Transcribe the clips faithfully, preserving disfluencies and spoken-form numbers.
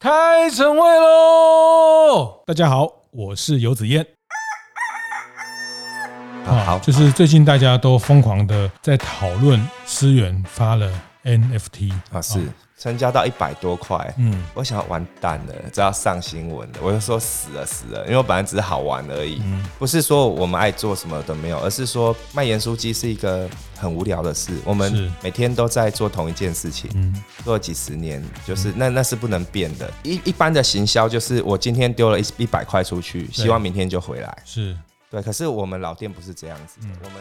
开晨会喽！大家好，我是游子燕。 好，好就是最近大家都疯狂的在讨论思源发了 N F T 啊，是成交到一百多块，嗯，我想完蛋了，这要上新闻了，我就说死了死了，因为我本来只是好玩而已，嗯、不是说我们爱做什么都没有，而是说卖盐酥鸡是一个很无聊的事，我们每天都在做同一件事情，嗯、做了几十年，就是那那是不能变的。一一般的行销就是我今天丢了一一百块出去，希望明天就回来， 是。 对，可是我们老店不是这样子的，嗯、我们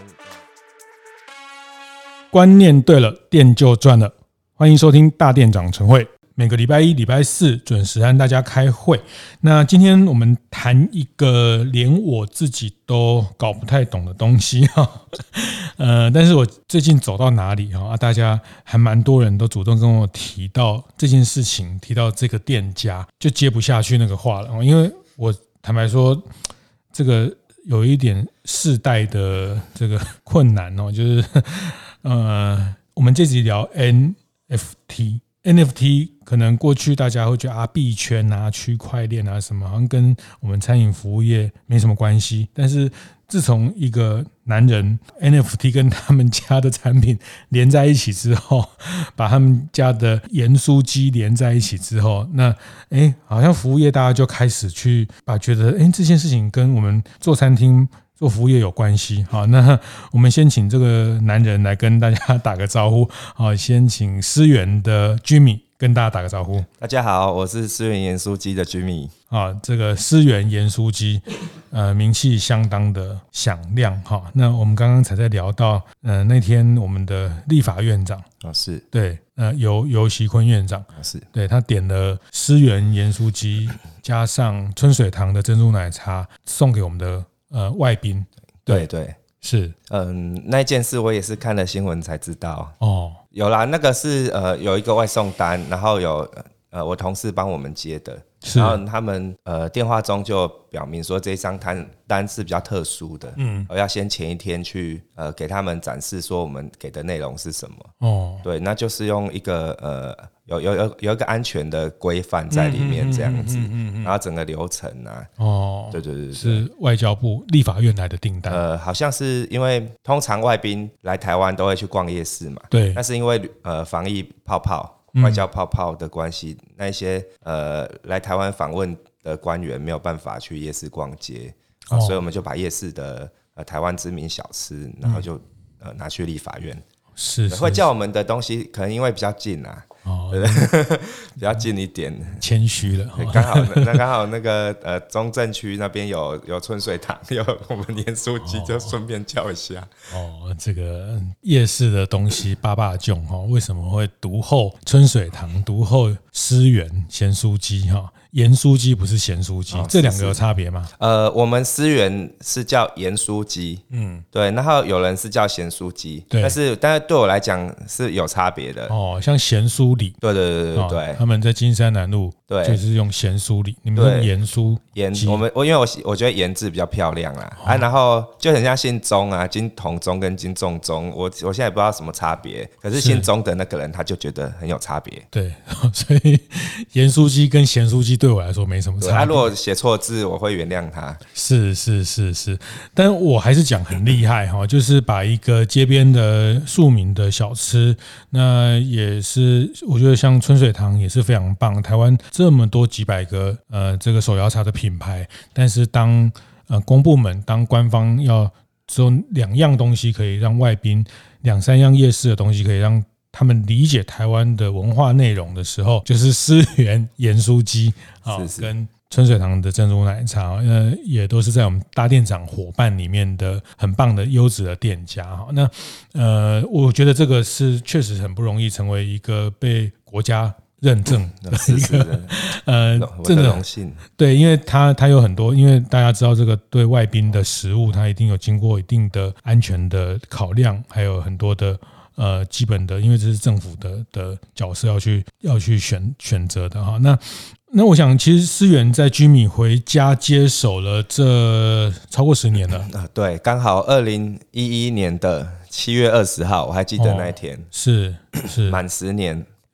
观念对了，店就赚了。欢迎收听大店长晨会，每个礼拜一、礼拜四准时和大家开会。那今天我们谈一个连我自己都搞不太懂的东西哈，呃，但是我最近走到哪里哈，大家还蛮多人都主动跟我提到这件事情，提到这个店家，就接不下去那个话了，因为我坦白说，这个。有一点世代的这个困难哦，就是呃，我们这集聊 N F T，N F T 可能过去大家会觉得啊，币圈啊、区块链啊什么，好像跟我们餐饮服务业没什么关系。但是自从一个男人 N F T 跟他们家的产品连在一起之后，把他们家的盐酥鸡连在一起之后，那哎，好像服务业大家就开始去把觉得哎这件事情跟我们做餐厅做服务业有关系。好，那我们先请这个男人来跟大家打个招呼。好，先请思源的 Jimmy 跟大家打个招呼。 大家好，我是思源盐酥鸡的 Jimmy。 啊，这个思源盐酥鸡，呃，名气相当的响亮哈。那我们刚刚才在聊到，呃，那天我们的立法院长啊、哦、是对，呃，游游锡堃院长、 哦、是对他点了思源盐酥鸡加上春水堂的珍珠奶茶送给我们的呃外宾。 对 对, 对是， 嗯，那件事我也是看了新闻才知道哦。 有啦，那个是呃有一个外送单，然后有呃我同事帮我们接的。然后他们呃电话中就表明说这一张单单是比较特殊的，嗯，要先前一天去呃给他们展示说我们给的内容是什么，哦，对，那就是用一个呃有有有有一个安全的规范在里面这样子，嗯嗯嗯嗯、然后整个流程啊，哦，对对 对, 对， 是外交部立法院来的订单， 呃，好像是因为通常外宾来台湾都会去逛夜市嘛， 对， 但是因为呃防疫泡泡。外交泡泡的关系，那一些呃来台湾访问的官员没有办法去夜市逛街，哦、所以我们就把夜市的呃台湾知名小吃，然后就、呃、拿去立法院， 是, 是会叫我们的东西，可能因为比较近啊。哦，比较近一点， 谦虚了。 刚好那刚好那个呃中正区那边有有春水堂，有我们盐酥鸡，就顺便叫一下。 哦，这个夜市的东西八八囧哈，为什么会独后春水堂，独后思源咸酥鸡哈？盐酥鸡不是咸酥鸡，哦、这两个有差别吗？ 呃，我们思源是叫盐酥鸡，嗯，对，然后有人是叫咸酥鸡，但是但是对我来讲是有差别的。 哦，像咸酥里， 对对对对对、哦， 他们在金山南路，对，就是用咸酥里，你们用盐酥盐，我们我因为我我觉得盐字比较漂亮啦，哦、啊，然后就很像姓钟啊，金同钟跟金仲钟，我我现在也不知道什么差别，可是姓钟的那个人他就觉得很有差别。 对，所以盐酥鸡跟咸酥鸡对我来说没什么差别。 他、啊、如果写错字，我会原谅他。 是是是是，但我还是讲很厉害哈，就是把一个街边的庶民的小吃，那也是我觉得像春水堂也是非常棒。台湾这么多几百个呃这个手摇茶的品牌，但是当呃公部门当官方要只有两样东西可以让外宾，两三样夜市的东西可以让他们理解台湾的文化内容的时候，就是思源盐酥鸡啊，跟春水堂的珍珠奶茶，呃，也都是在我们大店长伙伴里面的很棒的优质的店家哈。那呃，我觉得这个是确实很不容易成为一个被国家认证的一个呃， 真的荣幸。 对，因为它它有很多，因为大家知道这个对外宾的食物，它一定有经过一定的安全的考量，还有很多的。呃，基本的，因为这是政府的的角色要去要去选选择的哈。那那我想，其实思源在居米回家接手了这超过十年了。 啊，对，刚好二零一一年的七月二十号，我还记得那一天， 哦、是是满十年。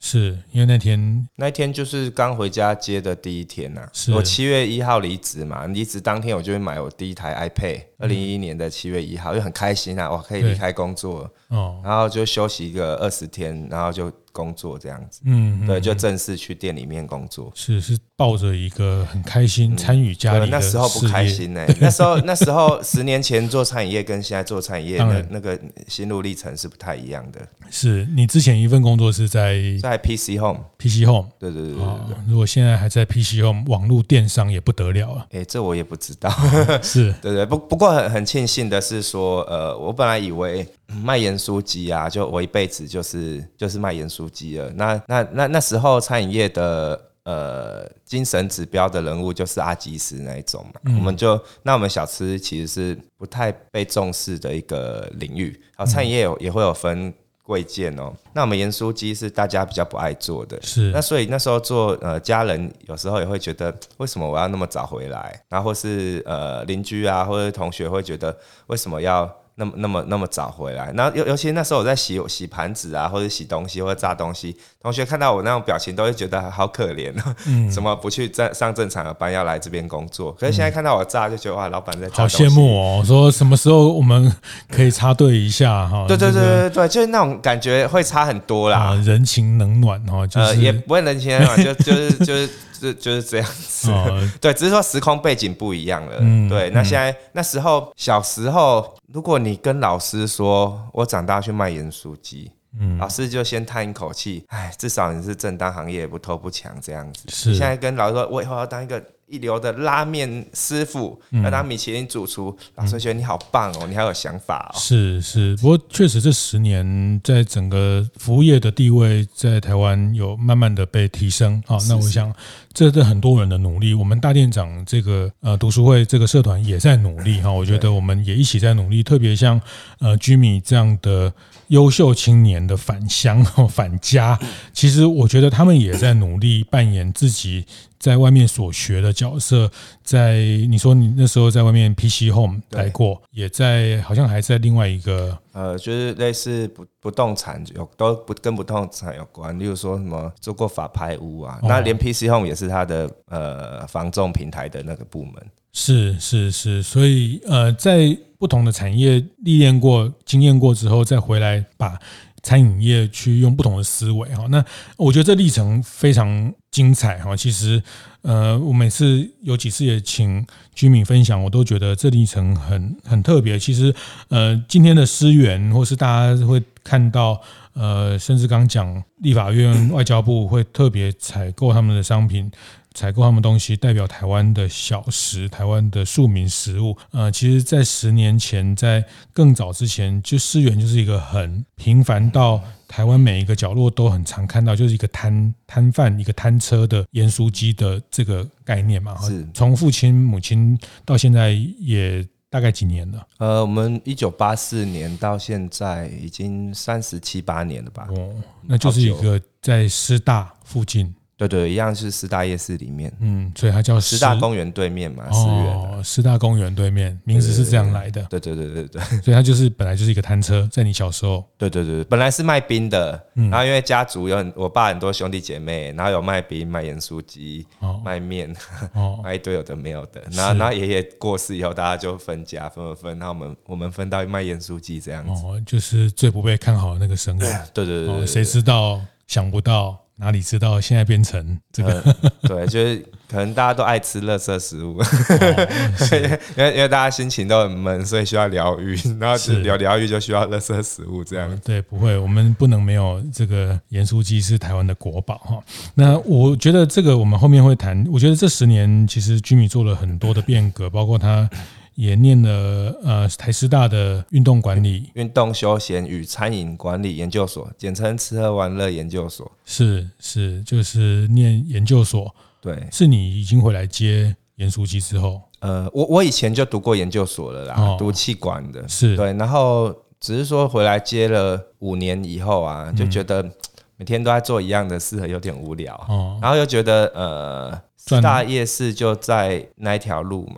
是因为那天那一天就是刚回家接的第一天呐、啊。我七月一号离职嘛，离职当天我就会买我第一台 iPad， 二零一一年的七月一号，就很开心啊，我可以离开工作，哦，然后就休息一个二十天，然后就工作这样子，嗯，对，就正式去店里面工作， 是是抱着一个很开心参与家里的事业、嗯、 那时候不开心呢、欸，那时候那时候十年前做餐饮业跟现在做餐饮业的那个心路历程是不太一样的。 是你之前一份工作是在在 P C Home，P C Home， 对对对 对, 对、哦、 如果现在还在 P C Home 网络电商也不得了了。 哎、欸，这我也不知道。 是， 对对，不不过很很庆幸的是说，呃，我本来以为卖盐酥鸡啊，就我一辈子就是就是卖盐酥鸡了。那那那那时候餐饮业的呃精神指标的人物就是阿基师那一种嘛，嗯、我们就那我们小吃其实是不太被重视的一个领域。好，餐饮业有、嗯、也会有分贵贱哦。那我们盐酥鸡是大家比较不爱做的， 是。 那所以那时候做呃家人有时候也会觉得为什么我要那么早回来，然后或是呃邻居啊或者同学会觉得为什么要那么那么那么早回来，然后尤尤其那时候我在洗洗盘子啊，或者洗东西或者炸东西，同学看到我那种表情都会觉得好可怜哦，嗯，怎么不去上正常的班，要来这边工作？可是现在看到我炸，就觉得哇，老板在炸东西， 好羡慕哦！说什么时候我们可以插队一下哈？ 对对对对对，就是那种感觉会差很多啦， 啊、人情冷暖哈，就是、 呃、也不会人情冷暖，就就是就是就就是这样子，哦、对，只是说时空背景不一样了，嗯、对。那现在、嗯、那时候小时候。如果你跟老师说我长大去卖盐酥鸡，嗯，老师就先叹一口气，哎，至少你是正当行业，不偷不抢这样子。是，你现在跟老师说，我以后要当一个一流的拉面师傅，嗯、要当米其林主厨，老师觉得你好棒哦，你还有想法哦。 是是，不过确实这十年在整个服务业的地位在台湾有慢慢的被提升啊。那我想这是很多人的努力，我们大店长这个呃读书会这个社团也在努力哈。我觉得我们也一起在努力，特别像呃居米这样的优秀青年的返乡返家，其实我觉得他们也在努力扮演自己在外面所学的角色。在你说你那时候在外面 P C Home 待过，也在好像还在另外一个呃，就是类似不不动产有都不跟不动产有关，例如说什么做过法拍屋啊，哦、那连 P C Home 也是他的呃房仲平台的那个部门。 是是是，所以呃，在不同的产业历练过、经验过之后，再回来把餐饮业去用不同的思维哈。那我觉得这历程非常精彩哈。其实呃，我每次有几次也请居民分享，我都觉得这历程很很特别。其实呃，今天的思源或是大家会看到呃，甚至刚讲立法院、外交部会特别采购他们的商品。采购他们东西，代表台湾的小食，台湾的庶民食物。呃，其实，在十年前，在更早之前，就思源就是一个很频繁到台湾每一个角落都很常看到，就是一个摊摊贩、一个摊车的盐酥鸡的这个概念嘛。是。从父亲、母亲到现在也大概几年了？ 呃，我们一九八四年到现在已经三十七八年了吧？哦， 那就是一个在师大附近。 对对，一样是师大夜市里面， 嗯，所以它叫师大公园对面嘛，思源哦，师大公园对面，名字是这样来的。 对对对对对， 所以它就是本来就是一个摊车，在你小时候。 对对对，本来是卖冰的，嗯、然后因为家族有很我爸很多兄弟姐妹，然后有卖冰、卖盐酥鸡、哦、卖面、哦、卖一堆有的没有的。然后然后爷爷过世以后，大家就分家分分分，然后我们我们分到卖盐酥鸡这样子。 哦，就是最不被看好的那个生意。 对对对对， 谁、哦、知道想不到。哪里知道现在变成这个、 呃？对，就是可能大家都爱吃垃圾食物，哦、因为因为大家心情都很闷，所以需要疗愈，然后有疗愈就需要垃圾食物这样、 嗯。对，不会，我们不能没有这个盐酥鸡是台湾的国宝哈。那我觉得这个我们后面会谈。我觉得这十年其实居米做了很多的变革，包括他。也念了呃台师大的运动管理、 运动休闲与餐饮管理研究所，简称吃喝玩乐研究所。 是是，就是念研究所。 对， 是你已经回来接盐酥鸡之后？ 呃，我我以前就读过研究所了啦，哦、读企管的。 是对，然后只是说回来接了五年以后啊，就觉得每天都在做一样的事，有点无聊。哦、然后又觉得呃，师大夜市就在那一条路嘛。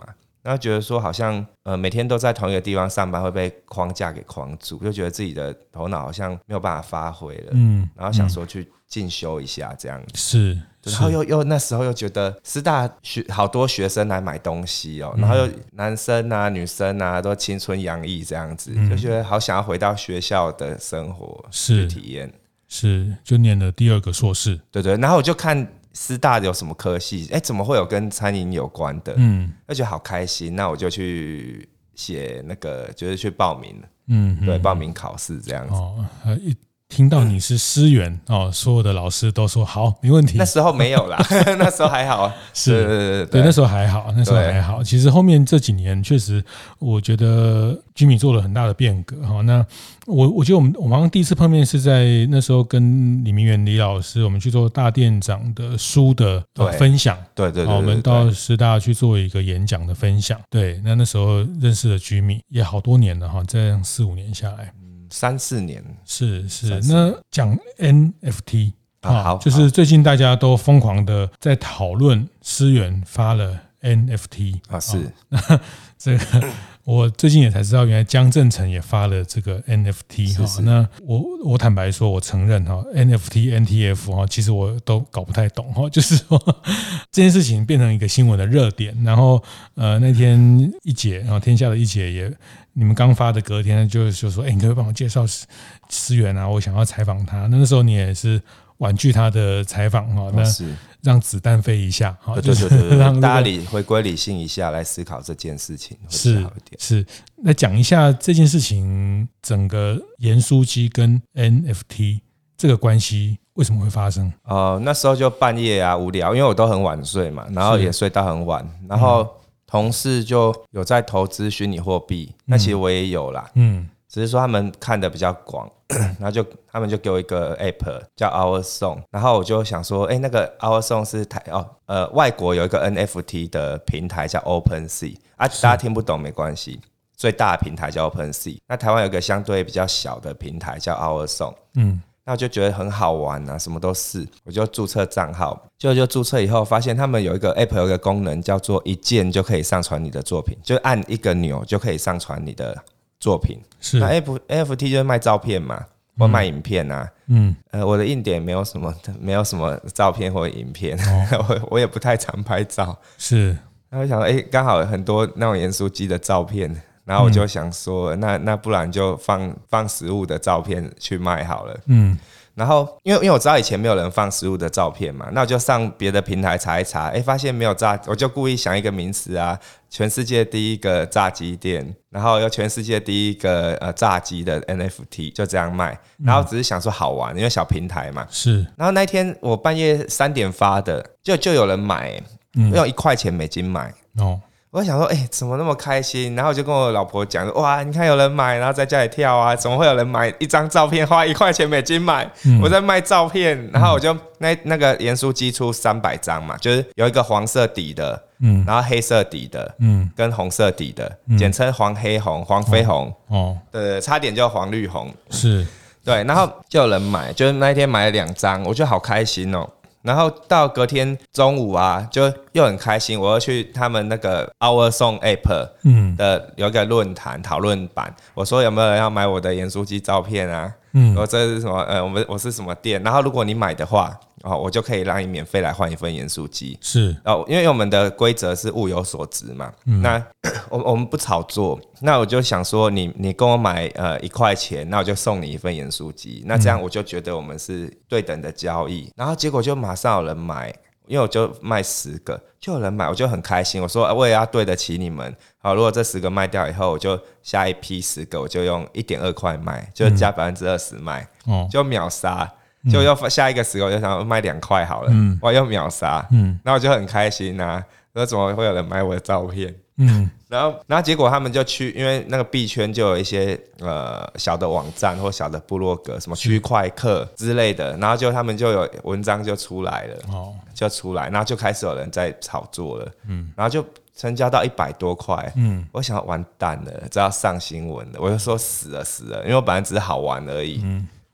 然后觉得说好像呃每天都在同一个地方上班会被框架给框住，就觉得自己的头脑好像没有办法发挥了，嗯，然后想说去进修一下这样子， 是， 然后又又那时候又觉得师大学好多学生来买东西哦，然后又男生啊女生啊都青春洋溢这样子，嗯，就觉得好想要回到学校的生活去体验， 是就念了第二个硕士， 对对，然后我就看师大有什么科系，哎，怎么会有跟餐饮有关的？嗯，就觉得好开心，那我就去写那个，就是去报名，嗯，对，报名考试这样子。 哦，一听到你是师援哦，所有的老师都说好，没问题。 那时候没有啦，那时候还好， 是，对对 对, 对，那时候还好，那时候还好。其实后面这几年确实，我觉得居米做了很大的变革哈。那我我觉得我们我们好像第一次碰面是在那时候跟李明远李老师，我们去做大店长的书的分享， 对对 对, 对, 对， 我们到师大去做一个演讲的分享。对，那那时候认识了居米，也好多年了哈，这样四五年下来。 三四年是是，那讲 N F T 啊，好， 就是最近大家都疯狂的在讨论，思源发了 N F T 啊，是那这个我最近也才知道，原来江振成也发了这个 N F T 哈。那我我坦白说，我承认哈 ，N F T、N T F 哈，其实我都搞不太懂哈。就是说这件事情变成一个新闻的热点，然后呃那天一姐，然后天下的一姐也。你们刚发的隔天就就说，哎、欸，你可不可以帮我介绍思源啊？我想要采访他。那那时候你也是婉拒他的采访哈，那让子弹飞一下， 对对对对，让大家理回归理性一下来思考这件事情， 是是。那讲一下这件事情，整个盐酥鸡跟 N F T 这个关系为什么会发生？ 呃，那时候就半夜啊无聊，因为我都很晚睡嘛，然后也睡到很晚，然后。嗯同事就有在投资虚拟货币，那其实我也有啦，嗯，只是说他们看的比较广，然后就他们就给我一个 app 叫 Our Song， 然后我就想说，哎、欸，那个 Our Song 是台哦，呃，外国有一个 N F T 的平台叫 OpenSea 啊，大家听不懂没关系，最大的平台叫 OpenSea， 那台湾有一个相对比较小的平台叫 Our Song， 嗯。那我就觉得很好玩啊，什么都是，我就注册账号，就就注册以后发现他们有一个 app 有一个功能叫做一键就可以上传你的作品，就按一个钮就可以上传你的作品。 是， 那 N F T 就是卖照片嘛，或卖影片啊。嗯，呃，我的硬点没有什么，没有什么照片或影片，哦、我我也不太常拍照。 是， 然后我想，哎、欸，刚好有很多那种盐酥鸡的照片。然后我就想说，嗯、那那不然就放放食物的照片去卖好了。嗯，然后因为因为我知道以前没有人放食物的照片嘛，那我就上别的平台查一查，哎，发现没有炸，我就故意想一个名词啊，全世界第一个炸鸡店，然后又全世界第一个呃炸鸡的 N F T， 就这样卖。然后只是想说好玩，因为小平台嘛。 是。 然后那天我半夜三点发的，就就有人买，嗯、用一块钱美金买。哦。我想说，哎、欸，怎么那么开心？然后我就跟我老婆讲，哇，你看有人买，然后在家里跳啊，怎么会有人买一张照片花一块钱美金买？嗯、我在卖照片，然后我就那那个盐酥鸡出三百张嘛，就是有一个黄色底的，嗯，然后黑色底的，嗯，跟红色底的，嗯、简称黄黑红、黄飞红，哦，对，差点就黄绿红， 是， 对，然后就有人买，就是那一天买了两张，我觉得好开心哦。然后到隔天中午啊，就又很开心，我要去他们那个 Our Song App 的有一个论坛讨论版，我说有没有人要买我的盐酥鸡照片啊？嗯，我这是什么？呃，我们我是什么店？然后如果你买的话，哦，我就可以让你免费来换一份盐酥鸡。 是哦，因为我们的规则是物有所值嘛。嗯、那我我们不炒作，那我就想说你，你你跟我买呃一块钱，那我就送你一份盐酥鸡。那这样我就觉得我们是对等的交易。然后结果就马上有人买，因为我就卖十个，就有人买，我就很开心。我说、啊、我也要对得起你们。好，如果这十个卖掉以后，我就下一批十个，我就用一点二块卖，就加百分之二十卖，嗯、就秒杀。就又下一个十个，我就想卖两块好了，嗯、我又秒杀，嗯、然后我就很开心啊，说怎么会有人买我的照片？嗯、然后然后结果他们就去，因为那个币圈就有一些呃小的网站或小的部落格，什么区块客之类的，然后就他们就有文章就出来了，哦、就出来，然后就开始有人在炒作了，嗯、然后就成交到一百多块，嗯、我想完蛋了，这要上新闻了，我就说死了死了，因为我本来只是好玩而已。嗯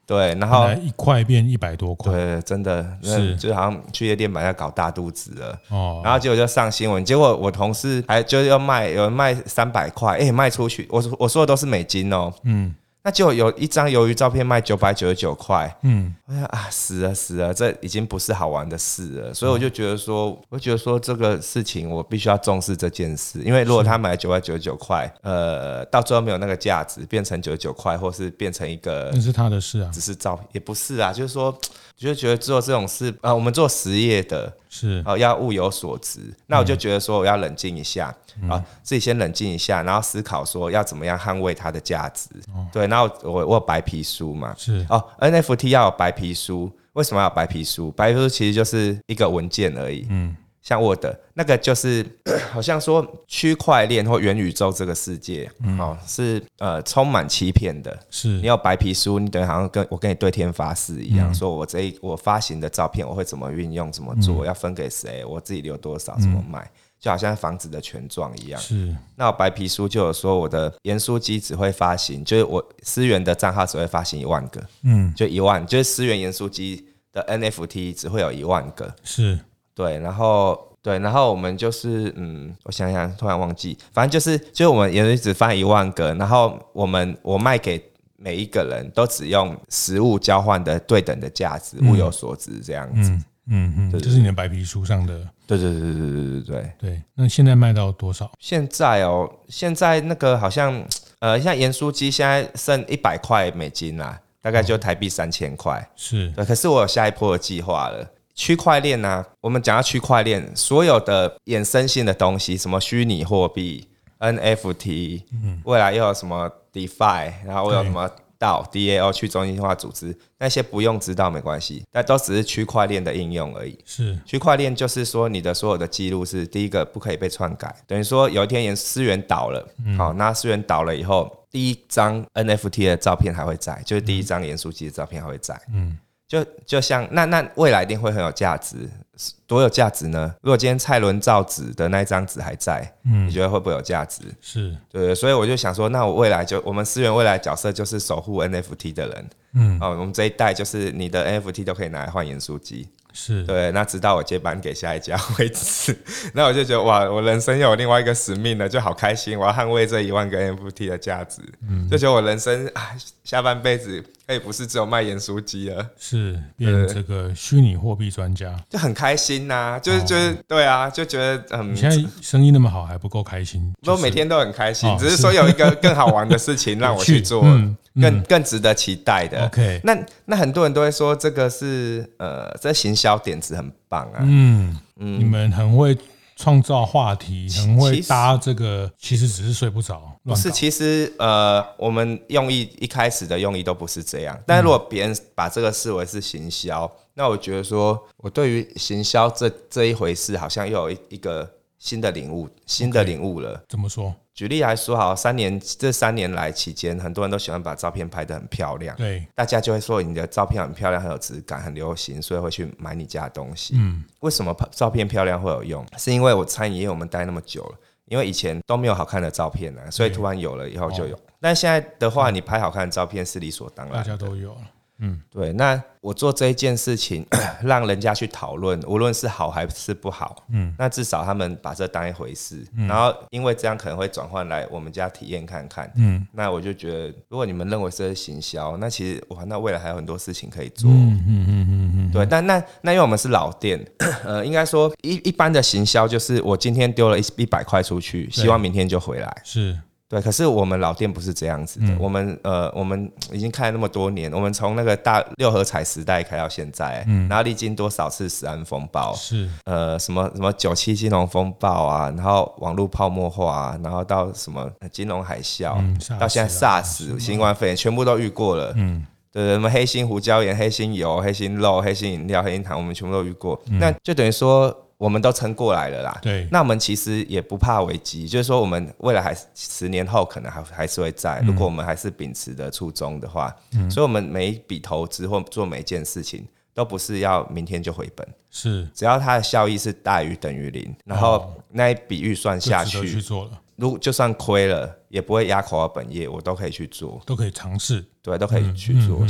对，然后一块变一百多块， 对，真的是就好像去夜店版要搞大肚子了哦。然后结果就上新闻，结果我同事还就是要卖，有人卖三百块，哎，卖出去，我我说的都是美金哦，嗯。那就有一张鱿鱼照片卖九百九十九块，嗯，我想啊，死了死了，这已经不是好玩的事了，所以我就觉得说，我就觉得说这个事情我必须要重视这件事，因为如果他买九百九十九块，呃，到最后没有那个价值，变成九十九块，或是变成一个， 那是他的事啊， 只是照片也不是啊，就是说，就觉得做这种事，呃，我们做实业的。 是哦，要物有所值。那我就觉得说，我要冷静一下，嗯、啊，自己先冷静一下，然后思考说要怎么样捍卫它的价值。哦、对，然后我我有白皮书嘛， 是哦 ，N F T 要有白皮书，为什么要有白皮书？白皮书其实就是一个文件而已。嗯。像 Word 那个就是好像说区块链或元宇宙这个世界，嗯哦、是呃充满欺骗的。 是你有白皮书，你等于好像跟我跟你对天发誓一样，嗯、说我这一我发行的照片我会怎么运用、怎么做，嗯、要分给谁，我自己留多少，怎么卖，嗯、就好像房子的权状一样。 是那我白皮书就有说我的盐酥鸡只会发行，就是我思源的账号只会发行一万个，嗯，就一万，就是思源盐酥鸡的 N F T 只会有一万个。 是。 对，然后对，然后我们就是嗯，我想想，突然忘记，反正就是就是我们也只发一万个，然后我们我卖给每一个人都只用实物交换的对等的价值，嗯、物有所值这样子。 嗯嗯嗯，这是你的白皮书上的。 对对对对对对对对。那现在卖到多少？ 现在哦，现在那个好像呃，像盐酥鸡现在剩一百块美金啦，大概就台币三千块。 是。 对，可是我有下一波的计划了。区块链呢，我们讲到区块链，所有的衍生性的东西，什么虚拟货币、N F T，、嗯、未来又有什么 DeFi， 然后又有什么 D A O、D A O 去中心化组织，那些不用知道没关系，那都只是区块链的应用而已。 是区块链就是说，你的所有的记录是第一个不可以被篡改，等于说有一天思源倒了，嗯、好，那思源倒了以后，第一张 N F T 的照片还会在，就是第一张盐酥鸡的照片还会在。嗯。就就像那那未来一定会很有价值，多有价值呢？如果今天蔡伦造纸的那一张纸还在，嗯，你觉得会不会有价值？ 是， 对，所以我就想说，那我未来就我们思源未来角色就是守护 N F T 的人，嗯，哦，我们这一代就是你的 N F T 都可以拿来换盐酥鸡。 是对，那直到我接班给下一家为止，那我就觉得哇，我人生又有另外一个使命了，就好开心！我要捍卫这一万个 N F T 的价值，嗯，就觉得我人生啊，下半辈子可以不是只有卖盐酥鸡了， 是变这个虚拟货币专家， 就很开心呐、啊，就是就是、哦、对啊，就觉得嗯， 你现在生意那么好还不够开心？ 我、就是、每天都很开心，哦、只是说有一个更好玩的事情让我去做。嗯更更值得期待的。 OK， 那那很多人都会说这个是呃，这行销点子很棒啊。 嗯嗯，你们很会创造话题，很会搭这个，其实只是睡不着。 不是，其实呃，我们用意一开始的用意都不是这样。但是如果别人把这个视为是行销，嗯、那我觉得说我对于行销这这一回事，好像又有一一个新的领悟，新的领悟了。 Okay，怎么说？ 举例来说，好，三年这三年来期间，很多人都喜欢把照片拍得很漂亮， 对， 大家就会说你的照片很漂亮，很有质感，很流行，所以会去买你家的东西。嗯，为什么照片漂亮会有用？是因为我餐饮业我们待那么久了，因为以前都没有好看的照片啊，所以突然有了以后就有。哦、但现在的话，你拍好看的照片是理所当然的， 大家都有了。嗯， 对，那我做这一件事情，让人家去讨论，无论是好还是不好，嗯，那至少他们把这当一回事，嗯、然后因为这样可能会转换来我们家体验看看，嗯，那我就觉得，如果你们认为这是行销，那其实哇，那未来还有很多事情可以做，嗯嗯嗯嗯嗯，对，但那那因为我们是老店，呃，应该说一一般的行销就是我今天丢了一一百块出去，希望明天就回来， 是。 对，可是我们老店不是这样子的。嗯、我们呃，我们已经开了那么多年，我们从那个大六合彩时代开到现在，嗯、然后历经多少次食安风暴， 是呃什么什么九七金融风暴啊，然后网络泡沫化啊，然后到什么金融海啸，嗯、到现在 SARS、新冠肺炎，全部都遇过了。嗯，对，什么黑心胡椒盐、黑心油、黑心肉、黑心饮料、黑心糖，我们全部都遇过。嗯、那就等于说。我们都撑过来了啦， 对。 那我们其实也不怕危机，就是说我们未来还十年后可能还还是会在，嗯、如果我们还是秉持的初衷的话，嗯、所以我们每一笔投资或做每一件事情都不是要明天就回本， 是只要它的效益是大于等于零，然后那一笔预算下去， 就值得去做了。 如果就算亏了，也不会压垮我本业，我都可以去做， 都可以尝试， 对，都可以去做。嗯嗯嗯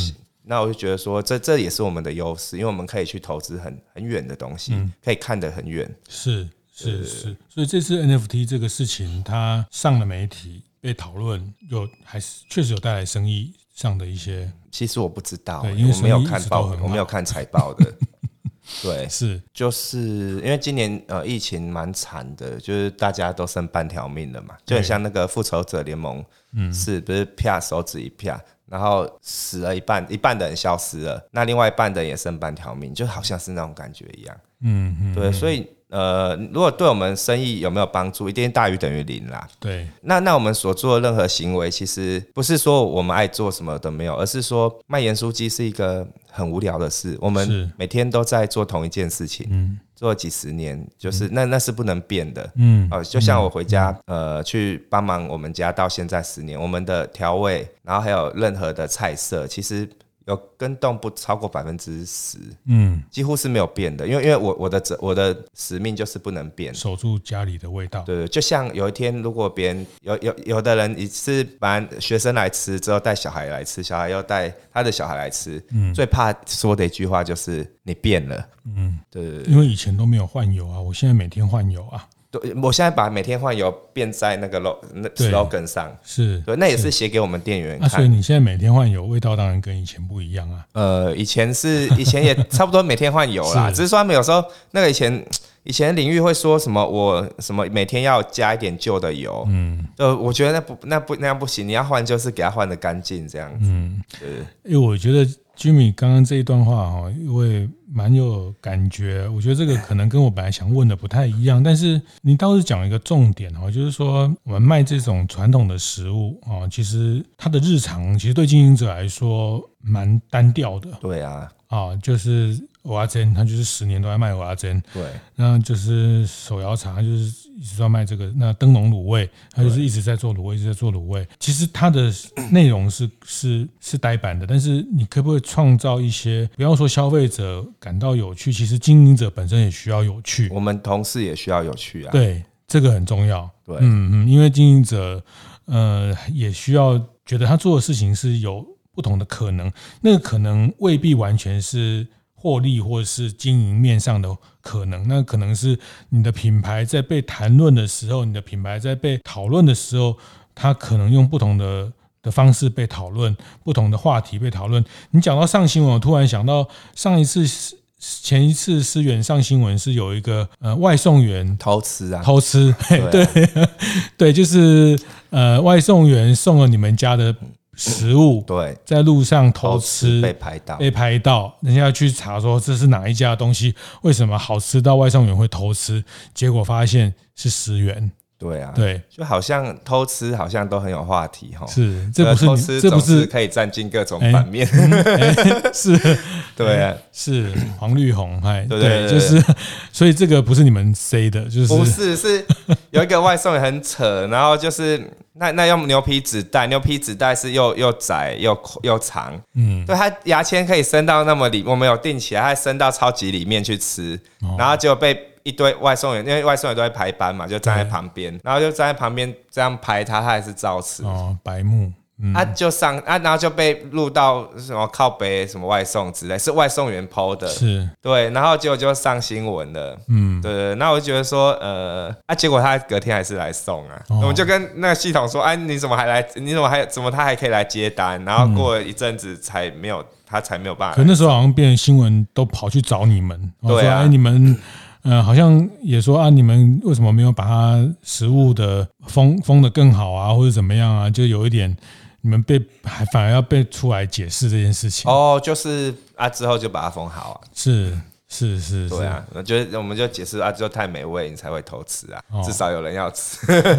那我就觉得说这这也是我们的优势，因为我们可以去投资很很远的东西，嗯、可以看得很远。 是是是，所以这次 N F T 这个事情，它上了媒体被讨论，有还是确实有带来生意上的一些。 其实我不知道， 因为我没有看报，我没有看财报的。对， 是就是因为今年呃疫情蛮惨的，就是大家都剩半条命了嘛，就很像那个复仇者联盟，嗯，是不是啪手指一啪，然后死了一半，一半的人消失了，那另外一半的人也剩半条命，就好像是那种感觉一样。嗯嗯，对，所以呃，如果对我们生意有没有帮助，一定大于等于零啦。 对， 那那我们所做的任何行为，其实不是说我们爱做什么都没有，而是说卖盐酥鸡是一个很无聊的事，我们每天都在做同一件事情，嗯，做了几十年，就是那那是不能变的，嗯，呃，就像我回家，呃，去帮忙我们家到现在十年，我们的调味，然后还有任何的菜色，其实有更动不超过百分之十，嗯，几乎是没有变的，因为因为我我的我的使命就是不能变， 守住家里的味道。 对，就像有一天，如果别人有有有的人是把学生来吃之后带小孩来吃，小孩又带他的小孩来吃，嗯，最怕说的一句话就是你变了，嗯，对， 因为以前都没有换油啊，我现在每天换油啊。 对，我现在把每天换油变在那个 slogan 上， 是， 对，那也是写给我们店员看。 啊、所以你现在每天换油，味道当然跟以前不一样啊。 呃，以前是以前也差不多每天换油啦，只是说他们有时候那个以前以前领域会说什么我什么每天要加一点旧的油，嗯，就我觉得那不那不那样不行，你要换就是给它换得干净这样子。嗯，对， 因为我觉得Jimmy 刚刚这一段话哈，因为蛮有感觉，我觉得这个可能跟我本来想问的不太一样，但是你倒是讲一个重点哈，就是说我们卖这种传统的食物啊，其实它的日常其实对经营者来说蛮单调的。 对啊， 啊，就是蚵仔煎，他就是十年都在卖蚵仔煎。 对， 那就是手摇茶，他就是一直在卖这个。那灯笼卤味，他就是一直在做卤味，一直在做卤味。其实它的内容是是是呆板的，但是你可不可以创造一些，不要说消费者感到有趣，其实经营者本身也需要有趣。 我们同事也需要有趣啊。 对，这个很重要。 对， 嗯嗯，因为经营者呃也需要觉得他做的事情是有不同的可能，那个可能未必完全是获利或是经营面上的可能，那可能是你的品牌在被谈论的时候，你的品牌在被讨论的时候，它可能用不同的的方式被讨论，不同的话题被讨论。你讲到上新闻，我突然想到上一次前一次思源上新闻是有一个呃外送员偷吃啊， 偷吃，对、啊、对，就是呃外送员送了你们家的食物， 对， 在路上偷吃被拍到， 被拍到，人家要去查说这是哪一家的东西，为什么好吃到外送员会偷吃？结果发现是思源。 对啊， 对， 就好像偷吃好像都很有话题哈。 是，这不是偷吃，这不是可以占尽各种版面。 欸欸、是， 对、啊， 是黄绿红，哎， 对对对， 就是，所以这个不是你们 say 的，就是不是是有一个外送也很扯，然后就是那那用牛皮纸袋，牛皮纸袋是又又窄又又长，嗯，对，它牙签可以伸到那么里，我们有订起来，它伸到超级里面去吃，哦、然后就被。一堆外送员，因为外送员都在排班嘛，就站在旁边，然后就站在旁边这样排他，他还是照吃。 哦，白目， 嗯、他就上啊，然后就被录到什么靠北什么外送之类，是外送员 po 的， 是， 对，然后结果就上新闻了，嗯，对对，那我就觉得说，呃，啊，结果他隔天还是来送啊，哦、我们就跟那个系统说，哎、啊，你怎么还来？你怎么还怎么他还可以来接单？然后过了一阵子才没有，他才没有办法。 可那时候好像变成新闻都跑去找你们， 对啊， 哎，你们。呃，好像也说啊，你们为什么没有把它食物的封封得更好啊，或者怎么样啊？就有一点，你们被还反而要被出来解释这件事情。 哦，就是啊，之后就把它封好啊。 是是是， 对啊，我觉得我们就解释啊，就太美味，你才会偷吃啊，哦、至少有人要吃。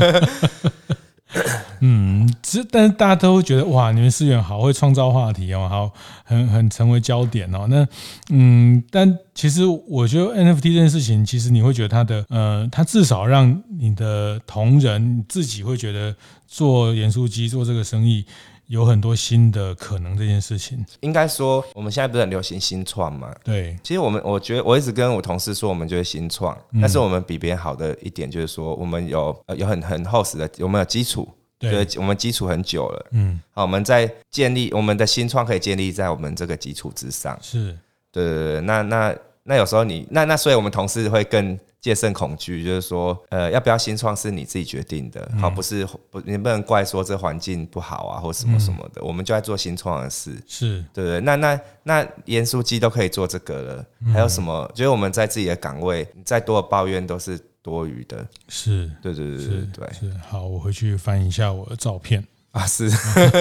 嗯，但是大家都会觉得哇，你们思源好会创造话题哦，好很很成为焦点哦。那嗯，但其实我觉得 N F T 这件事情，其实你会觉得它的呃，它至少让你的同仁你自己会觉得做盐酥鸡做这个生意有很多新的可能。这件事情应该说，我们现在不是很流行新创嘛？ 对， 其实我们我觉得我一直跟我同事说，我们就是新创，嗯、但是我们比别人好的一点就是说，我们有有很很厚实的，我们有基础。 对，我们基础很久了，嗯，好，我们在建立我们的新创可以建立在我们这个基础之上， 是， 对对对，那那那有时候你那那所以我们同事会更戒慎恐惧，就是说，呃，要不要新创是你自己决定的，嗯、好，不是不你不能怪说这环境不好啊，或什么什么的，嗯、我们就在做新创的事， 是， 对不对？那那那盐酥鸡都可以做这个了，嗯、还有什么？就是我们在自己的岗位，你再多的抱怨都是多余的， 是， 对对对对对， 是。好，我回去翻一下我的照片啊，是。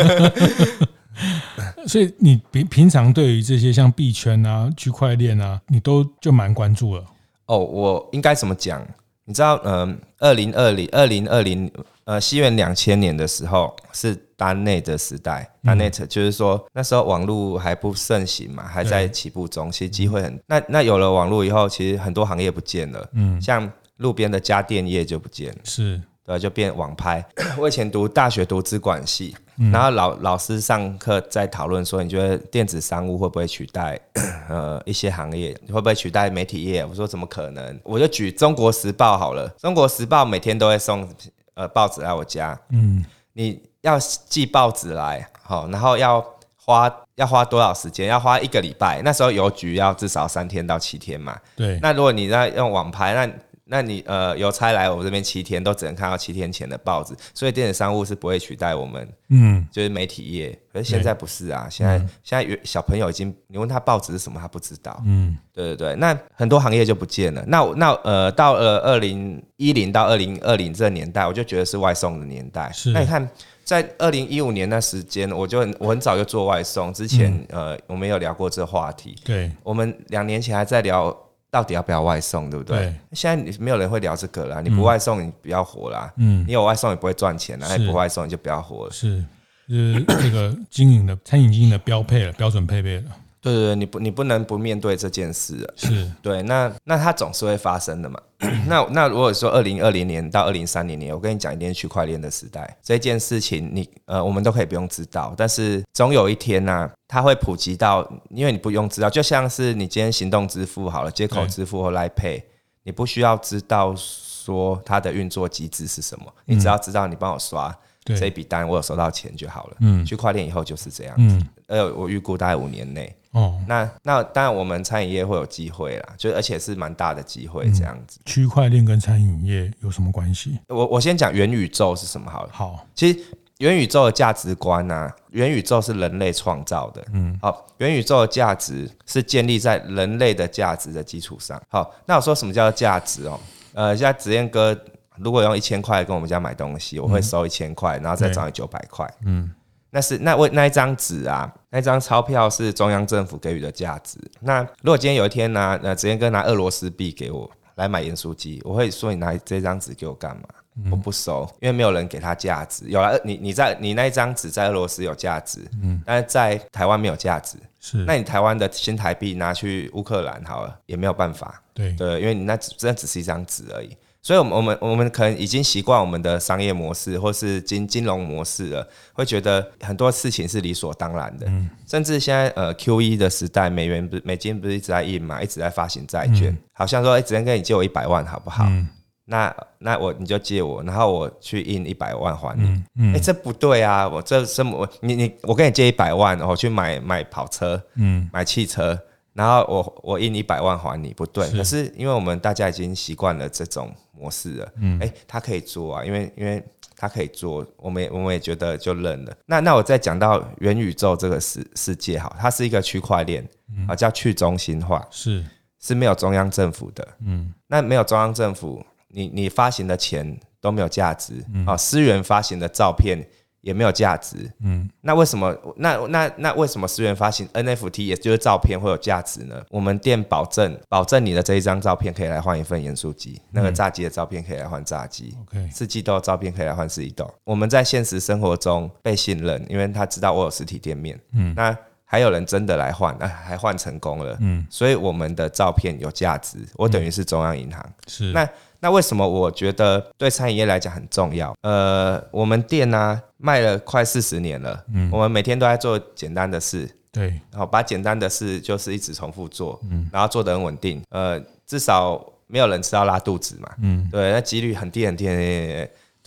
所以你平平常对于这些像币圈啊、区块链啊，你都就蛮关注了。 哦，我应该怎么讲？你知道，嗯，二零二零、二零二零，呃，西元两千年的时候是单内的时代，单内就是说那时候网络还不盛行嘛，还在起步中，其实机会很。那那有了网络以后，其实很多行业不见了，嗯，像路边的家电业就不见了， 是， 对，就变网拍。我以前读大学读资管系。然后老老师上课在讨论说，你觉得电子商务会不会取代呃一些行业，会不会取代媒体业？我说怎么可能？我就举《中国时报》好了，《中国时报》每天都会送呃报纸来我家，嗯，你要寄报纸来，好，然后要花要花多少时间？要花一个礼拜。那时候邮局要至少三天到七天嘛， 对。 那如果你在用网拍，那那你呃邮差来我这边七天，都只能看到七天前的报纸，所以电子商务是不会取代我们，嗯，就是媒体业。可是现在不是啊，现在、嗯、现在小朋友已经，你问他报纸是什么，他不知道，嗯，对对对。那很多行业就不见了。那那呃，到了二零一零到二零二零这个年代，我就觉得是外送的年代。 是。 那你看，在二零一五年那时间，我就很我很早就做外送，之前、嗯、呃我们有聊过这个话题。 对， 我们两年前还在聊。到底要不要外送，对不对？对，现在没有人会聊这个啦。你不外送，你不要活啦。嗯，你有外送，你不会赚钱啦。你不外送，你就不要活了。 是，就是这个经营的餐饮经营的标配了，标准配备了。 对对对，你不你不能不面对这件事了。 是， 对，那那它总是会发生的嘛。那那如果说二零二零年到二零三零年，我跟你讲，一定是区块链的时代，这件事情你呃我们都可以不用知道，但是总有一天呢、啊，它会普及到，因为你不用知道，就像是你今天行动支付好了，接口支付或 Line Pay， 你不需要知道说它的运作机制是什么，你只要知道你帮我刷。这一笔单我有收到钱就好了。嗯，区块链以后就是这样子。嗯，呃，我预估大概五年内。哦，那那当然我们餐饮业会有机会啦，就而且是蛮大的机会这样子。 区块链跟餐饮业有什么关系？ 我我先讲元宇宙是什么好了。 好， 其实元宇宙的价值观啊，元宇宙是人类创造的。嗯，好，元宇宙的价值是建立在人类的价值的基础上。好，那我说什么叫价值哦？呃，现在子燕哥。如果用一千块跟我们家买东西，我会收一千块，然后再找你九百块。嗯，那是那为那一张纸啊，那一张钞票是中央政府给予的价值。那如果今天有一天拿呃子燕哥拿俄罗斯币给我来买盐酥鸡，我会说你拿这张纸给我干嘛？嗯、我不收，因为没有人给他价值。有了你你在你那一张纸在俄罗斯有价值，嗯，但是在台湾没有价值。 是， 那你台湾的新台币拿去乌克兰好了，也没有办法。 对对，因为你那真的只是一张纸而已。所以我们，我们我们可能已经习惯我们的商业模式，或是金金融模式了，会觉得很多事情是理所当然的。嗯、甚至现在呃 Q E 的时代，美元不美金不是一直在印嘛，一直在发行债券，嗯、好像说，哎、欸，只能跟你借我一百万，好不好？嗯、那那我你就借我，然后我去印一百万还你。哎、嗯嗯欸，这不对啊！我这什么？你你我跟你借一百万，我去买买跑车，嗯，买汽车。然后我我印一百万还你，不对。是，可是因为我们大家已经习惯了这种模式了，嗯，哎，他可以做啊，因为因为他可以做，我们也我们也觉得就认了。那那我再讲到元宇宙这个世世界好，它是一个区块链，啊、嗯，叫去中心化， 是是没有中央政府的，嗯，那没有中央政府，你你发行的钱都没有价值，嗯，啊，私人发行的照片。也没有价值，嗯，那为什么那那那为什么私人发行 N F T 也就是照片会有价值呢？我们店保证保证你的这一张照片可以来换一份盐酥鸡，那个炸鸡的照片可以来换炸鸡， 嗯、 四季豆的照片可以来换四季豆。我们在现实生活中被信任，因为他知道我有实体店面，嗯，那还有人真的来换，还换成功了，嗯，所以我们的照片有价值，我等于是中央银行， 嗯、是那。那为什么我觉得对餐饮业来讲很重要？呃，我们店啊卖了快四十年了，嗯，我们每天都在做简单的事， 对， 然后把简单的事就是一直重复做，嗯，然后做得很稳定，呃，至少没有人吃到拉肚子嘛，嗯，对，那几率很低很低很低，对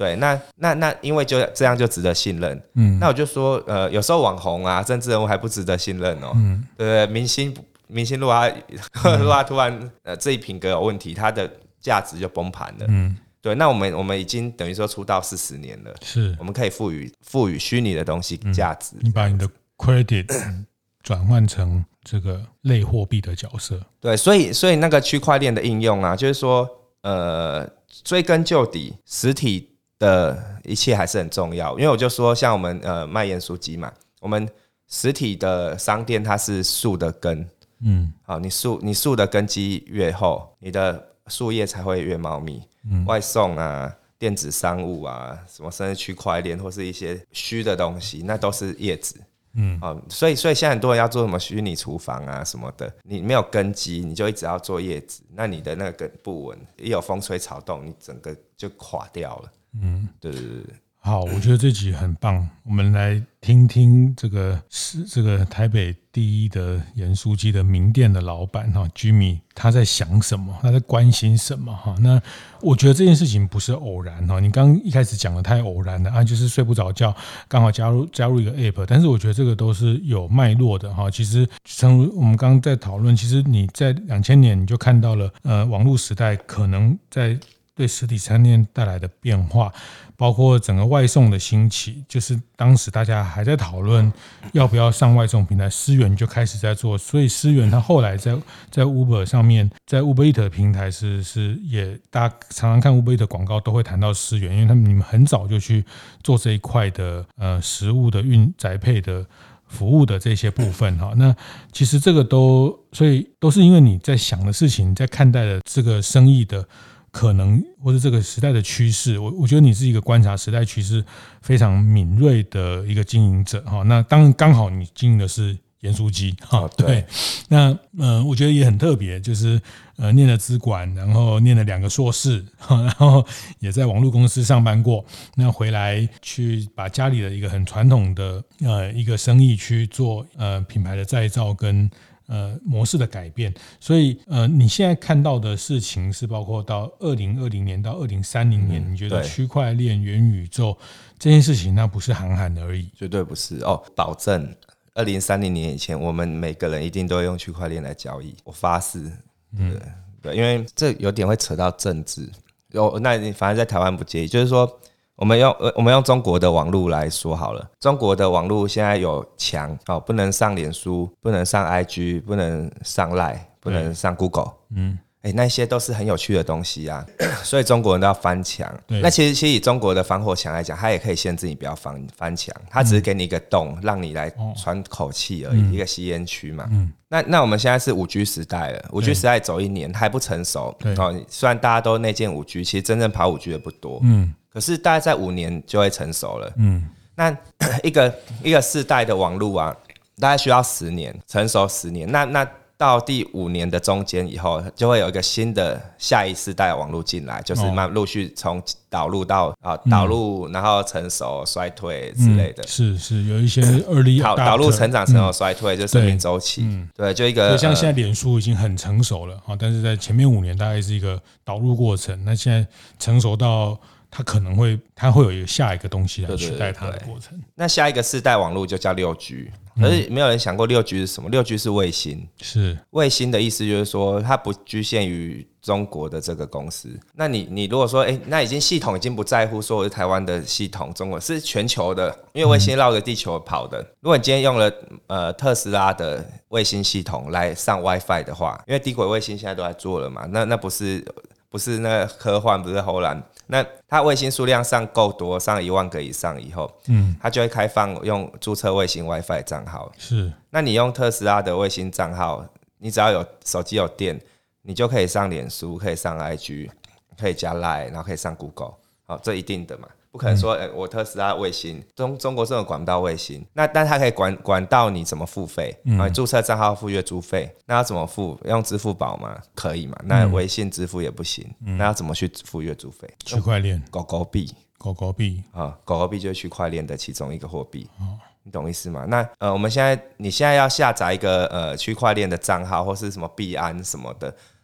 对，那那那因为就这样就值得信任。嗯，那我就说，呃，有时候网红啊、政治人物还不值得信任哦。嗯，对不对？明星明星如果他、嗯、如果他突然呃这一品格有问题，他的价值就崩盘了。嗯，对。那我们我们已经等于说出道四十年了，是我们可以赋予赋予虚拟的东西价值、嗯。 你把你的 credit 转换成这个类货币的角色。 对，所以所以那个区块链的应用啊，就是说，呃，追根究底，实体的一切还是很重要。因为我就说，像我们呃卖盐酥鸡嘛，我们实体的商店它是树的根，嗯，好，你树你树的根基越厚，你的树叶才会越茂密。嗯，外送啊、电子商务啊，什么甚至区块链或是一些虚的东西，那都是叶子。嗯、哦，所以所以现在很多人要做什么虚拟厨房啊什么的，你没有根基，你就一直要做叶子，那你的那个根不稳，一有风吹草动，你整个就垮掉了。嗯，对对对。 好，我觉得这集很棒，我们来听听这个是这个台北第一的盐酥鸡的名店的老板哈 Jimmy 他在想什么，他在关心什么哈？那我觉得这件事情不是偶然哈，你刚刚一开始讲的太偶然了啊，就是睡不着觉，刚好加入加入一个 app， 但是我觉得这个都是有脉络的哈。其实，正如我们刚刚在讨论，其实你在两千年你就看到了呃网络时代可能在对实体餐店带来的变化，包括整个外送的兴起，就是当时大家还在讨论要不要上外送平台，思源就开始在做，所以思源它后来在在 Uber 上面，在 Uber Eats 的平台是是也大家常常看 Uber Eats 的广告都会谈到思源，因为他们你们很早就去做这一块的呃食物的运宅配的服务的这些部分哈。那其实这个都所以都是因为你在想的事情，你在看待的这个生意的可能或者这个时代的趋势，我我觉得你是一个观察时代趋势非常敏锐的一个经营者哈。那当然刚好你经营的是盐酥鸡哈，对。那呃，我觉得也很特别，就是呃念了资管，然后念了两个硕士，然后也在网络公司上班过。那回来去把家里的一个很传统的呃一个生意去做呃品牌的再造跟呃模式的改变，所以呃你现在看到的事情是包括到二零二零年到二零三零年，嗯、你觉得区块链、元宇宙这件事情，那不是喊喊而已， 绝对不是哦，保证二零三零年以前，我们每个人一定都会用区块链来交易，我发誓。对、嗯、对，因为这有点会扯到政治，有那你反正在台湾不介意，就是说。我们用我们用中国的网络来说好了，中国的网络现在有墙哦，不能上脸书，不能上 I G， 不能上 Line， 不能上 Google， 嗯，哎、欸，那些都是很有趣的东西啊，所以中国人都要翻墙。那其实其实以中国的防火墙来讲，它也可以限制你不要翻翻墙，它只是给你一个洞，让你来喘口气而已，嗯、一个吸烟区嘛。嗯，那那我们现在是 五 G 时代了， 五 G 时代走一年还不成熟哦。虽然大家都内建 五 G， 其实真正跑 五 G 的不多。嗯。可是大概在五年就会成熟了。嗯，那一个一个世代的网络啊，大概需要十年成熟十年。那那到第五年的中间以后，就会有一个新的下一世代的网络进来，就是慢陆续从导入到啊导入，然后成熟、衰退之类的。嗯、 是是有一些early adopter 导入、成长、成熟、衰退，就生命周期。嗯，对，就一个。 所以像现在脸书已经很成熟了啊，但是在前面五年大概是一个导入过程。那现在成熟到。它可能会，它会有一个下一个东西来取代它的过程。对对对， 那下一个世代网络就叫六 G， 可是没有人想过六 G 是什么？六 G 是卫星， 是卫星的意思就是说，它不局限于中国的这个公司。那你你如果说，哎、欸，那已经系统已经不在乎说我是台湾的系统，中国是全球的，因为卫星绕着地球跑的。如果你今天用了呃特斯拉的卫星系统来上 WiFi 的话，因为低轨卫星现在都在做了嘛，那那不是不是那科幻，不是荷兰。那它卫星数量上够多，上一万个以上以后，嗯，它就会开放用注册卫星 WiFi 账号。是，那你用特斯拉的卫星账号，你只要有手机有电，你就可以上脸书，可以上 I G， 可以加 Line， 然后可以上 Google， 好，这一定的嘛。不可能说，欸、我特斯拉卫星，中中国这种管不到卫星，那但它可以管管到你怎么付费，嗯，你注册账号付月租费，那要怎么付？用支付宝吗？可以嘛？那微信支付也不行，嗯、那要怎么去付月租费？ 区块链， 狗狗币， 狗狗币啊，狗狗币就是区块链的其中一个货币。哦，你懂意思吗？那呃，我们现在你现在要下载一个呃区块链的账号，或是什么币安什么的。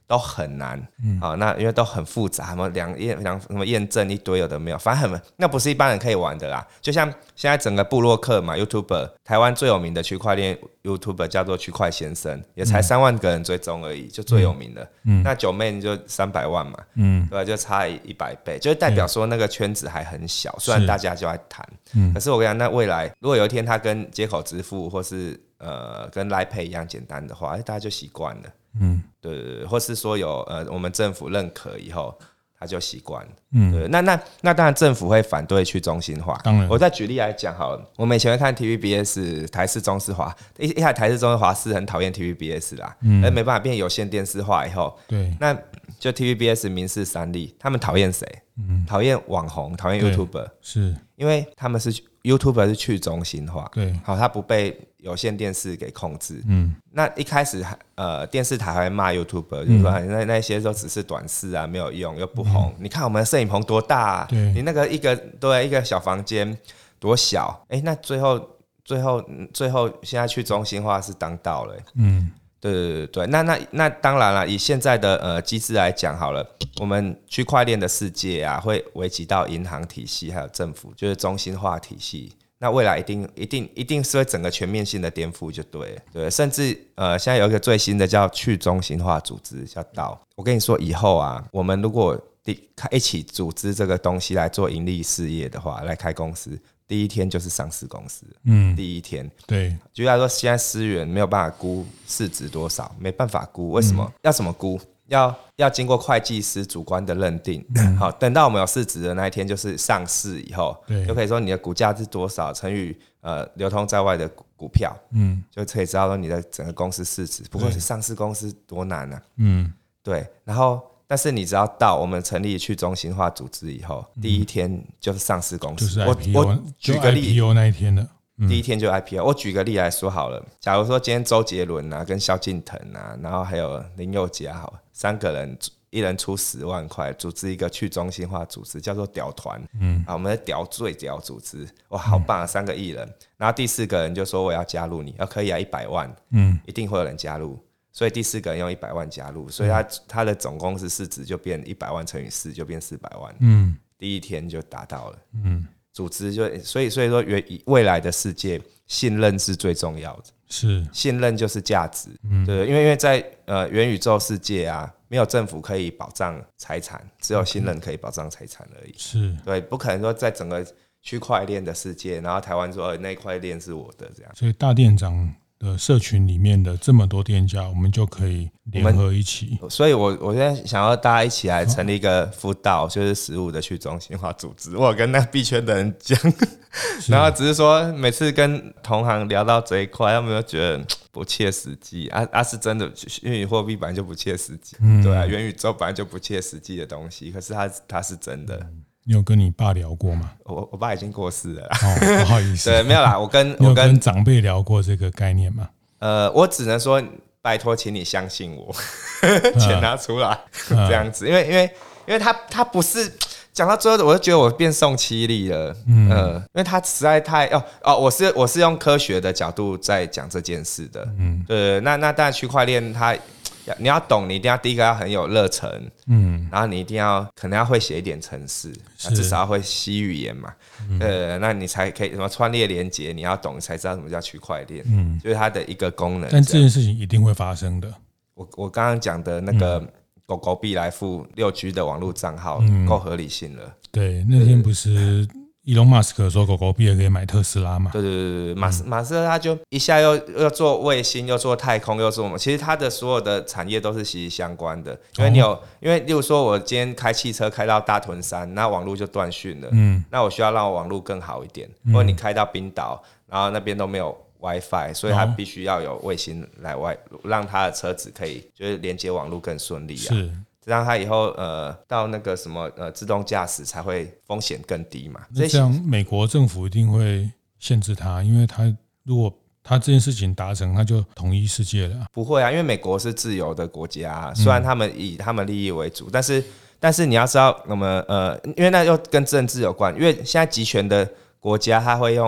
都很难，嗯，好、哦，那因为都很复杂，什么两验两什么验证一堆有的没有，反正很那不是一般人可以玩的啦。就像现在整个部落客嘛 ，YouTuber， 台湾最有名的区块链 YouTuber 叫做区块先生，也才三万个人追踪而已，就最有名的。嗯，那九妹就三百万嘛，嗯，对吧？就差一百倍，就代表说那个圈子还很小，虽然大家就在谈，嗯，可是我跟你讲，那未来如果有一天它跟接口支付或是呃跟 Line Pay 一样简单的话，大家就习惯了。嗯，对对对，或是说有呃，我们政府认可以后，他就习惯了。嗯，对，那那那当然政府会反对去中心化。 当然， 我再举例来讲好了，我们以前会看 T V B S 台视中视华，一一开始台视中视华是很讨厌 T V B S 啦，嗯，而没办法变有线电视化以后， 对， 那就 T V B S 民视三立，他们讨厌谁？嗯，讨厌网红，讨厌 YouTuber， 是因为他们是 YouTuber 是去中心化， 对， 好，他不被有线电视给控制，嗯，那一开始呃电视台还会骂 YouTuber，、嗯、就是说那那些都只是短视啊，没有用又不红。嗯、你看我们的摄影棚多大啊，你那个一个对一个小房间多小，哎、欸，那最后最后最后现在去中心化是当道了、欸，嗯。对对对对，那那那当然了，以现在的呃机制来讲好了，我们区块链的世界啊，会危及到银行体系还有政府，就是中心化体系。那未来一定一定一定是会整个全面性的颠覆，就对了，对，甚至呃现在有一个最新的叫去中心化组织，叫 D A O。我跟你说，以后啊，我们如果一起组织这个东西来做盈利事业的话，来开公司。第一天就是上市公司，嗯，第一天， 对， 举例来说，现在思源没有办法估市值多少，没办法估，为什么？嗯、要怎么估？要要经过会计师主观的认定，嗯、好，等到我们有市值的那一天，就是上市以后，就可以说你的股价是多少乘以呃流通在外的股票，嗯，就可以知道说你的整个公司市值。不过是上市公司多难啊，嗯，对，然后。但是你只要到我们成立去中心化组织以后，嗯、第一天就是上市公司。 就是 I P O， 我我举个例 ，I P O 那一天的， 嗯、第一天就 I P O。我举个例来说好了，假如说今天周杰伦啊、跟萧敬腾啊，然后还有林宥嘉，好，三个人一人出十万块，组织一个去中心化组织，叫做屌团。嗯，啊，我们的屌最屌组织，哇，好棒啊！三个艺人，然后第四个人就说我要加入你，要可以啊，一百万，嗯，一定会有人加入。所以第四个人用一百万加入，所以他他的总公司市值就变一百万乘以四，就变四百万。嗯，第一天就达到了。嗯，组织就所以所以说，未来的世界信任是最重要的。 是， 信任就是价值。嗯，对，因为因为在呃元宇宙世界啊，没有政府可以保障财产，只有信任可以保障财产而已。 是， 对，不可能说在整个区块链的世界，然后台湾说、呃、那块链是我的这样。 所以大店长的社群里面的这么多店家，我们就可以联合一起。 所以我我现在想要大家一起来成立一个辅导，就是食物的去中心化组织。我有跟那币圈的人讲，然后只是说每次跟同行聊到这一块，他们都觉得不切实际啊啊！是真的，虚拟货币本来就不切实际，嗯、对啊，元宇宙本来就不切实际的东西，可是它它是真的。 嗯，你有跟你爸聊过吗？ 我我爸已经过世了啦， 哦，不好意思， 对，没有啦，我跟我跟长辈聊过这个概念吗？ 呃，我只能说，拜托，请你相信我，钱拿出来，嗯、这样子，因为因为因为他他不是讲到最后，我就觉得我变宋七力了，嗯、呃，因为他实在太哦哦，我是我是用科学的角度在讲这件事的，嗯，对，那那当然区块链它。你要懂，你一定要第一个要很有热忱，嗯，然后你一定要可能要会写一点程式，至少要会西语言嘛，嗯、呃，那你才可以什么串列连结，你要懂，你才知道什么叫区块链，嗯，就是它的一个功能。 但这件事情一定会发生的。 我我刚刚讲的那个狗狗币来付六 G 的网络账号，够、嗯、合理性了。 对，那天不是。Elon Musk 说狗狗币也可以买特斯拉嘛？ 对对对对，马斯马斯克他就一下又又做卫星，又做太空，又做什么？其实他的所有的产业都是息息相关的。因为你有，哦、因为例如说我今天开汽车开到大屯山，那网络就断讯了。嗯，那我需要让我网络更好一点。嗯、或者你开到冰岛，然后那边都没有 WiFi， 所以他必须要有卫星来外，让他的车子可以就是连接网络更顺利啊。是。让他以后呃到那个什么呃自动驾驶才会风险更低嘛？ 那这样美国政府一定会限制他，因为他如果他这件事情达成，他就统一世界了、啊。 不会啊，因为美国是自由的国家、啊，虽然他们以他们利益为主，嗯、但是但是你要知道，我们呃，因为那又跟政治有关，因为现在集权的国家他会用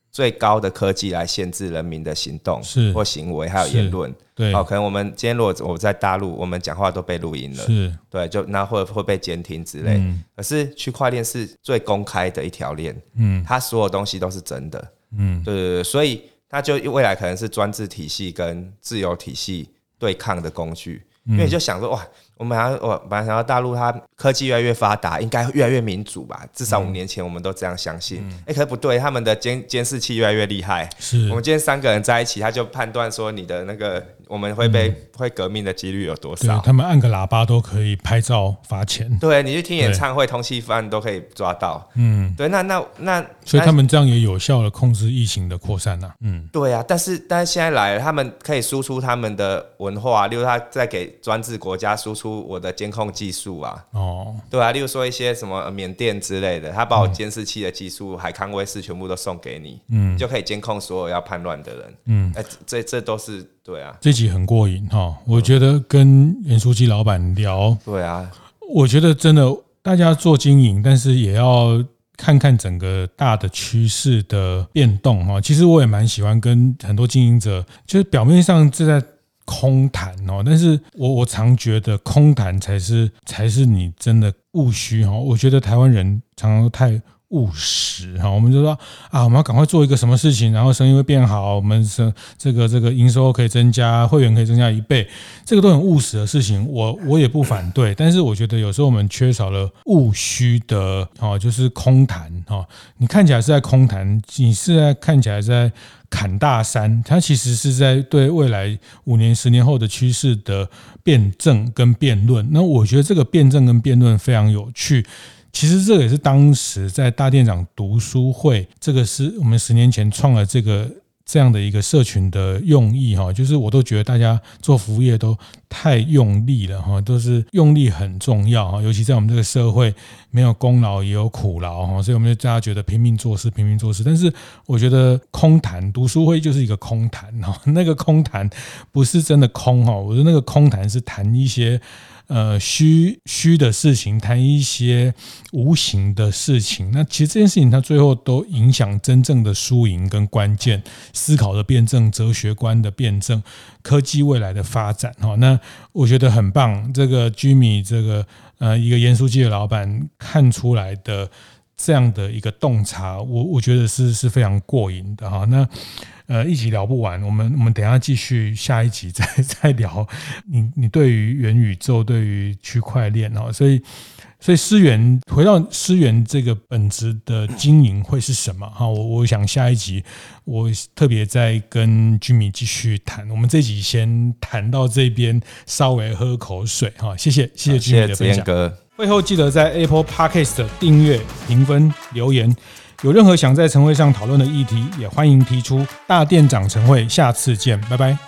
最高的科技来限制人民的行动或行为，还有言论。 对、 哦，可能我们今天如果我在大陆，我们讲话都被录音了， 是， 对，就那会会被监听之类。嗯、可是区块链是最公开的一条链，嗯，它所有东西都是真的，嗯，对对对，所以它就未来可能是专制体系跟自由体系对抗的工具。因为你就想说，哇，我们还我本来想到大陆它科技越来越发达，应该越来越民主吧？至少五年前我们都这样相信。哎、嗯欸，可是不对，他们的监监视器越来越厉害。是，我们今天三个人在一起，他就判断说你的那个我们会被、嗯、会革命的几率有多少？ 他们按个喇叭都可以拍照罚钱。 对，你去听演唱会、通缉犯都可以抓到。嗯，对，那那那， 所以他们这样也有效的控制疫情的扩散啊。嗯， 对啊，但是但是现在来了，他们可以输出他们的文化，例如他在给专制国家输出我的监控技术啊，哦，对啊，例如说一些什么缅甸之类的，他把我监视器的技术、嗯、海康威视全部都送给你，嗯，你就可以监控所有要叛乱的人，嗯，欸、这这都是对啊， 这集很过瘾哈，我觉得跟严书记老板聊， 对啊， 我觉得真的大家做经营，但是也要看看整个大的趋势的变动哈。其实我也蛮喜欢跟很多经营者，就是表面上是在空谈哦，但是我我常觉得空谈才是才是你真的务虚哈。我觉得台湾人常常太务实哈，我们就说啊，我们要赶快做一个什么事情，然后生意会变好，我们这个这个营收可以增加，会员可以增加一倍，这个都很务实的事情，我我也不反对。但是我觉得有时候我们缺少了务虚的哈，就是空谈哈。你看起来是在空谈，你是在看起来在砍大山，它其实是在对未来五年、十年后的趋势的辩证跟辩论。那我觉得这个辩证跟辩论非常有趣。其实这个也是当时在大店长读书会，这个是我们十年前创了这个这样的一个社群的用意哈，就是我都觉得大家做服务业都太用力了哈，都是用力很重要哈，尤其在我们这个社会，没有功劳也有苦劳哈，所以我们就大家觉得拼命做事，拼命做事。但是我觉得空谈读书会就是一个空谈哈，那个空谈不是真的空哈，我觉得那个空谈是谈一些。呃，虚虚的事情，谈一些无形的事情，那其实这件事情它最后都影响真正的输赢跟关键，思考的辩证，哲学观的辩证，科技未来的发展哈。那我觉得很棒，这个 Jimmy 这个呃一个严书记的老板看出来的这样的一个洞察，我我觉得是是非常过瘾的哈。那呃，一集聊不完，我们我们等一下继续下一集再再聊你你对于元宇宙，对于区块链哈，所以所以思源回到思源这个本质的经营会是什么哈？我我想下一集我特别再跟居民继续谈，我们这集先谈到这边，稍微喝口水哈，谢谢谢谢居民的分享。会后记得在 Apple Podcast 订阅、评分、留言。有任何想在晨会上讨论的议题，也欢迎提出。大店长晨会，下次见，拜拜。